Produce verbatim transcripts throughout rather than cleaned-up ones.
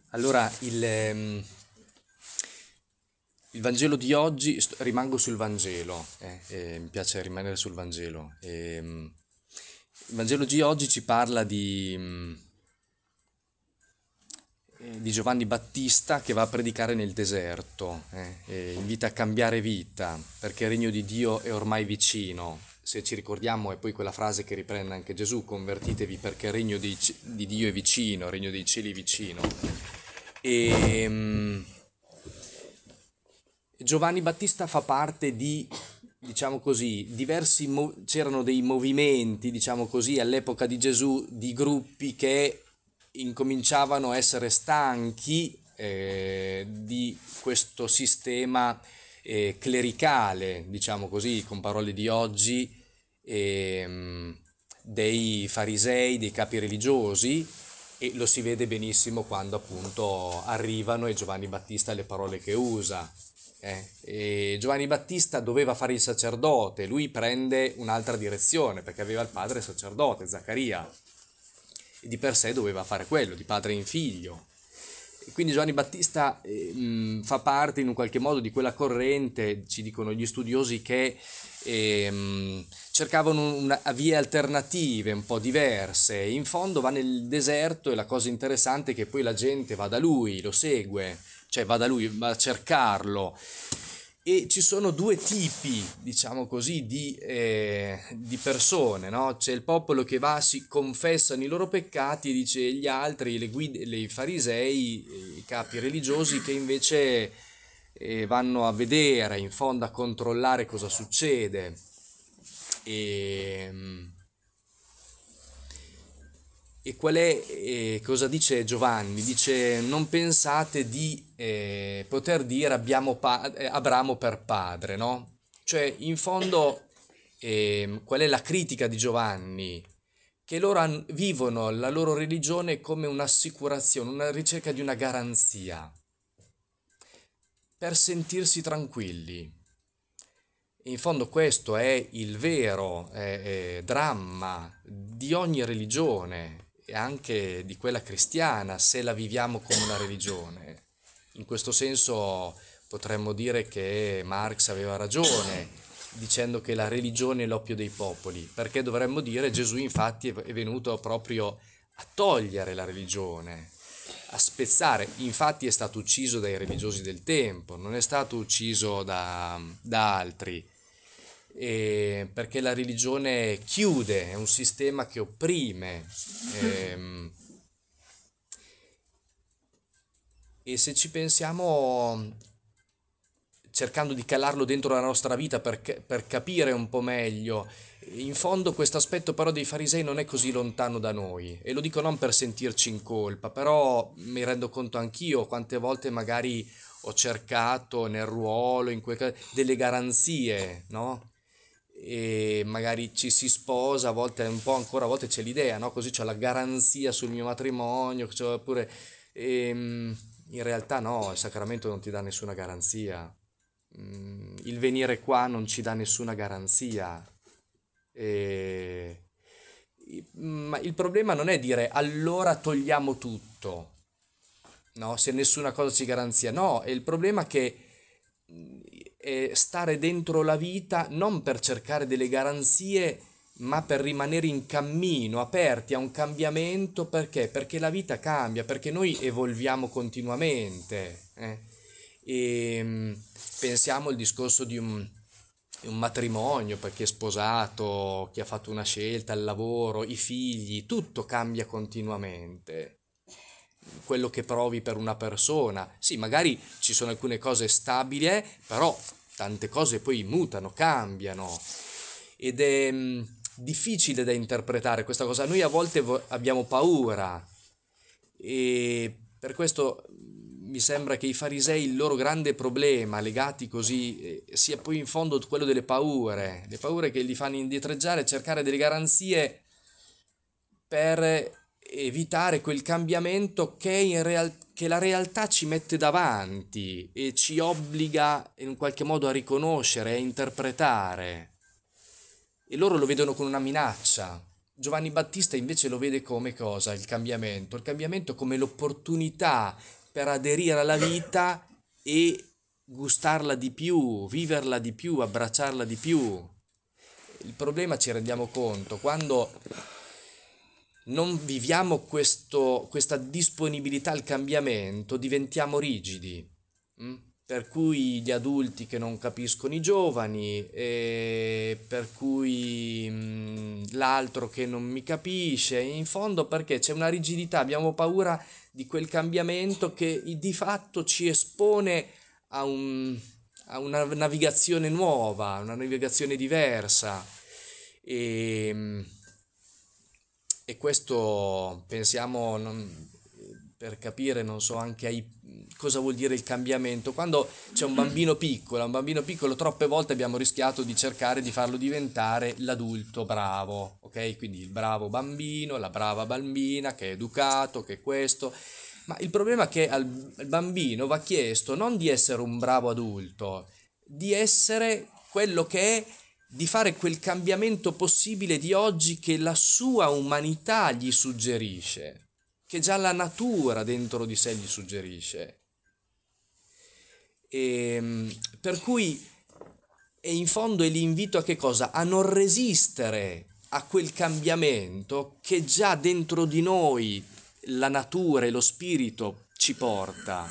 Allora, il, ehm, il Vangelo di oggi, st- rimango sul Vangelo, eh, eh, mi piace rimanere sul Vangelo. Ehm, il Vangelo di oggi ci parla di, mm, eh, di Giovanni Battista che va a predicare nel deserto, eh, e invita a cambiare vita, perché il regno di Dio è ormai vicino. Se ci ricordiamo, è poi quella frase che riprende anche Gesù: convertitevi perché il regno di, di Dio è vicino, il regno dei cieli è vicino. E, mm, Giovanni Battista fa parte di, diciamo così, diversi, mo- c'erano dei movimenti, diciamo così, all'epoca di Gesù, di gruppi che incominciavano a essere stanchi eh, di questo sistema eh, clericale, diciamo così, con parole di oggi, ehm, dei farisei, dei capi religiosi, e lo si vede benissimo quando appunto arrivano e Giovanni Battista le parole che usa. Eh, e Giovanni Battista doveva fare il sacerdote, lui prende un'altra direzione perché aveva il padre sacerdote, Zaccaria, e di per sé doveva fare quello, di padre in figlio. E quindi Giovanni Battista eh, mh, fa parte in un qualche modo di quella corrente, ci dicono gli studiosi, che ehm, cercavano una, vie alternative un po' diverse. In fondo va nel deserto e la cosa interessante è che poi la gente va da lui, lo segue, cioè va da lui, va a cercarlo. E ci sono due tipi, diciamo così, di, eh, di persone, no? C'è il popolo che va, si confessano i loro peccati, e dice gli altri, le guide, i farisei, i capi religiosi, che invece eh, vanno a vedere, in fondo a controllare cosa succede. E, e qual è, eh, cosa dice Giovanni? Dice: non pensate di eh, poter dire abbiamo pa- eh, Abramo per padre, no? Cioè, in fondo, eh, qual è la critica di Giovanni? Che loro han- vivono la loro religione come un'assicurazione, una ricerca di una garanzia, per sentirsi tranquilli. In fondo questo è il vero eh, eh, dramma di ogni religione e anche di quella cristiana, se la viviamo come una religione. In questo senso potremmo dire che Marx aveva ragione dicendo che la religione è l'oppio dei popoli, perché dovremmo dire Gesù infatti è venuto proprio a togliere la religione, a spezzare. Infatti è stato ucciso dai religiosi del tempo, non è stato ucciso da, da altri, eh, perché la religione chiude, è un sistema che opprime. ehm, e se ci pensiamo, cercando di calarlo dentro la nostra vita per, per capire un po' meglio, in fondo questo aspetto però dei farisei non è così lontano da noi, e lo dico non per sentirci in colpa, però mi rendo conto anch'io quante volte magari ho cercato nel ruolo, in quel, delle garanzie, no? E magari ci si sposa, a volte un po' ancora, a volte c'è l'idea, no? Così c'ho la garanzia sul mio matrimonio, c'ho oppure ehm, in realtà no, il sacramento non ti dà nessuna garanzia. Mm, il venire qua non ci dà nessuna garanzia. E- Ma il problema non è dire allora togliamo tutto, no? Se nessuna cosa ci garanzia. No, è il problema che mh, è stare dentro la vita non per cercare delle garanzie, ma per rimanere in cammino, aperti a un cambiamento. Perché? Perché la vita cambia, perché noi evolviamo continuamente. eh. E mh, pensiamo al discorso di un, un matrimonio, per chi è sposato, chi ha fatto una scelta, il lavoro, i figli, tutto cambia continuamente. Quello che provi per una persona, sì, magari ci sono alcune cose stabili, eh, però tante cose poi mutano, cambiano, ed è mh, difficile da interpretare questa cosa. Noi a volte vo- abbiamo paura, e per questo mi sembra che i farisei, il loro grande problema legati così, eh, sia poi in fondo quello delle paure, le paure che li fanno indietreggiare, cercare delle garanzie per evitare quel cambiamento che, in real- che la realtà ci mette davanti e ci obbliga in un qualche modo a riconoscere, a interpretare. E loro lo vedono con una minaccia. Giovanni Battista invece lo vede come cosa? Il cambiamento. Il cambiamento come l'opportunità per aderire alla vita e gustarla di più, viverla di più, abbracciarla di più. Il problema, ci rendiamo conto, quando non viviamo questo- questa disponibilità al cambiamento, diventiamo rigidi. mm? Per cui gli adulti che non capiscono i giovani, e per cui mm, l'altro che non mi capisce, in fondo perché c'è una rigidità, abbiamo paura di quel cambiamento che di fatto ci espone a un- a una navigazione nuova, una navigazione diversa. E, e questo pensiamo, non- per capire, non so, anche ai, cosa vuol dire il cambiamento. Quando c'è un bambino piccolo, un bambino piccolo troppe volte abbiamo rischiato di cercare di farlo diventare l'adulto bravo, ok? Quindi il bravo bambino, la brava bambina che è educato, che è questo. Ma il problema è che al, al bambino va chiesto non di essere un bravo adulto, di essere quello che è, di fare quel cambiamento possibile di oggi che la sua umanità gli suggerisce, che già la natura dentro di sé gli suggerisce. E, per cui, e in fondo è l'invito a che cosa? A non resistere a quel cambiamento che già dentro di noi la natura e lo spirito ci porta.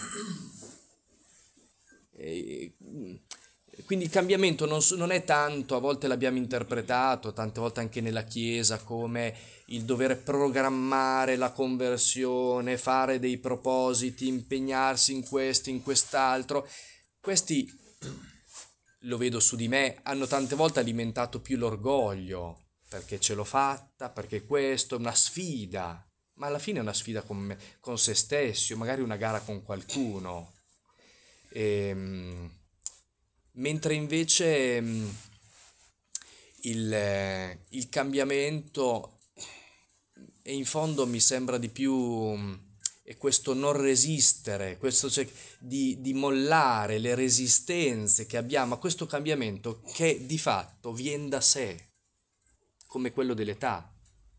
E, quindi il cambiamento non, so- non è tanto, a volte l'abbiamo interpretato, tante volte anche nella Chiesa, come il dover programmare la conversione, fare dei propositi, impegnarsi in questo, in quest'altro. Questi, lo vedo su di me, hanno tante volte alimentato più l'orgoglio, perché ce l'ho fatta, perché questo è una sfida, ma alla fine è una sfida con me, con se stessi, o magari una gara con qualcuno. Ehm, mentre invece mm, il, eh, il cambiamento, e in fondo mi sembra di più, mm, è questo non resistere, questo cioè di, di mollare le resistenze che abbiamo a questo cambiamento che di fatto viene da sé, come quello dell'età.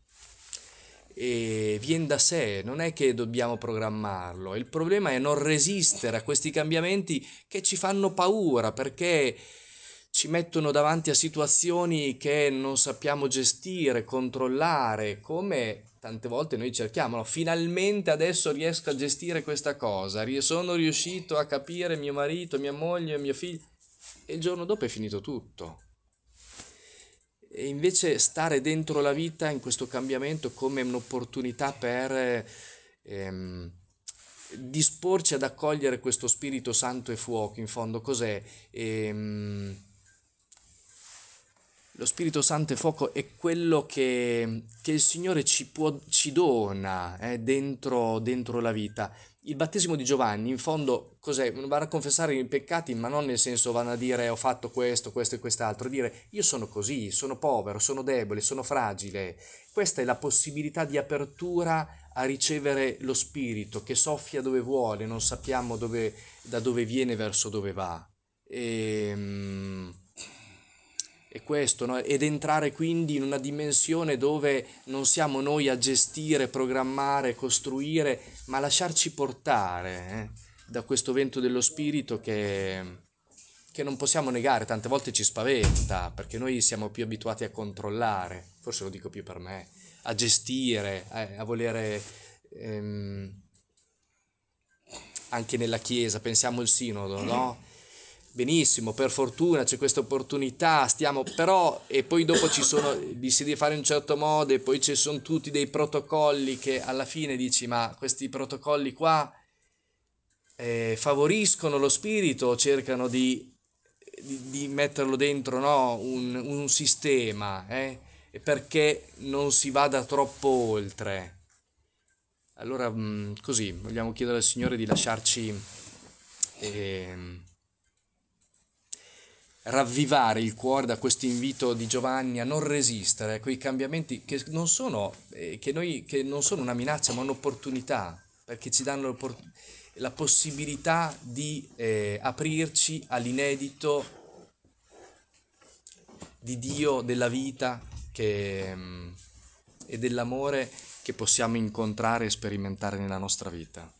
E viene da sé, non è che dobbiamo programmarlo. Il problema è non resistere a questi cambiamenti che ci fanno paura perché ci mettono davanti a situazioni che non sappiamo gestire, controllare, come tante volte noi cerchiamo. No? Finalmente adesso riesco a gestire questa cosa, ries- sono riuscito a capire mio marito, mia moglie, mio figlio, e il giorno dopo è finito tutto. E invece stare dentro la vita in questo cambiamento come un'opportunità per ehm, disporci ad accogliere questo Spirito Santo e fuoco, in fondo cos'è? Ehm, lo Spirito Santo e fuoco è quello che, che il Signore ci, può, ci dona eh, dentro, dentro la vita. Il battesimo di Giovanni, in fondo, cos'è? Vanno a confessare i peccati, ma non nel senso vanno a dire ho fatto questo, questo e quest'altro, dire io sono così, sono povero, sono debole, sono fragile. Questa è la possibilità di apertura a ricevere lo Spirito che soffia dove vuole, non sappiamo dove, da dove viene verso dove va. E, e questo, no? Ed entrare quindi in una dimensione dove non siamo noi a gestire, programmare, costruire, ma lasciarci portare eh, da questo vento dello spirito che, che non possiamo negare, tante volte ci spaventa, perché noi siamo più abituati a controllare, forse lo dico più per me, a gestire, a, a volere... ehm, anche nella Chiesa, pensiamo al sinodo, no? Benissimo, per fortuna c'è questa opportunità, stiamo però, e poi dopo ci sono, di si deve fare in un certo modo, e poi ci sono tutti dei protocolli che alla fine dici, ma questi protocolli qua eh, favoriscono lo spirito, cercano di, di, di metterlo dentro, no? un, un sistema, eh? E perché non si vada troppo oltre. Allora, mh, così, vogliamo chiedere al Signore di lasciarci ehm, ravvivare il cuore da questo invito di Giovanni a non resistere a quei cambiamenti che non sono, eh, che noi, che non sono una minaccia, ma un'opportunità, perché ci danno l'oppor- la possibilità di eh, aprirci all'inedito di Dio, della vita che, mm, e dell'amore che possiamo incontrare e sperimentare nella nostra vita.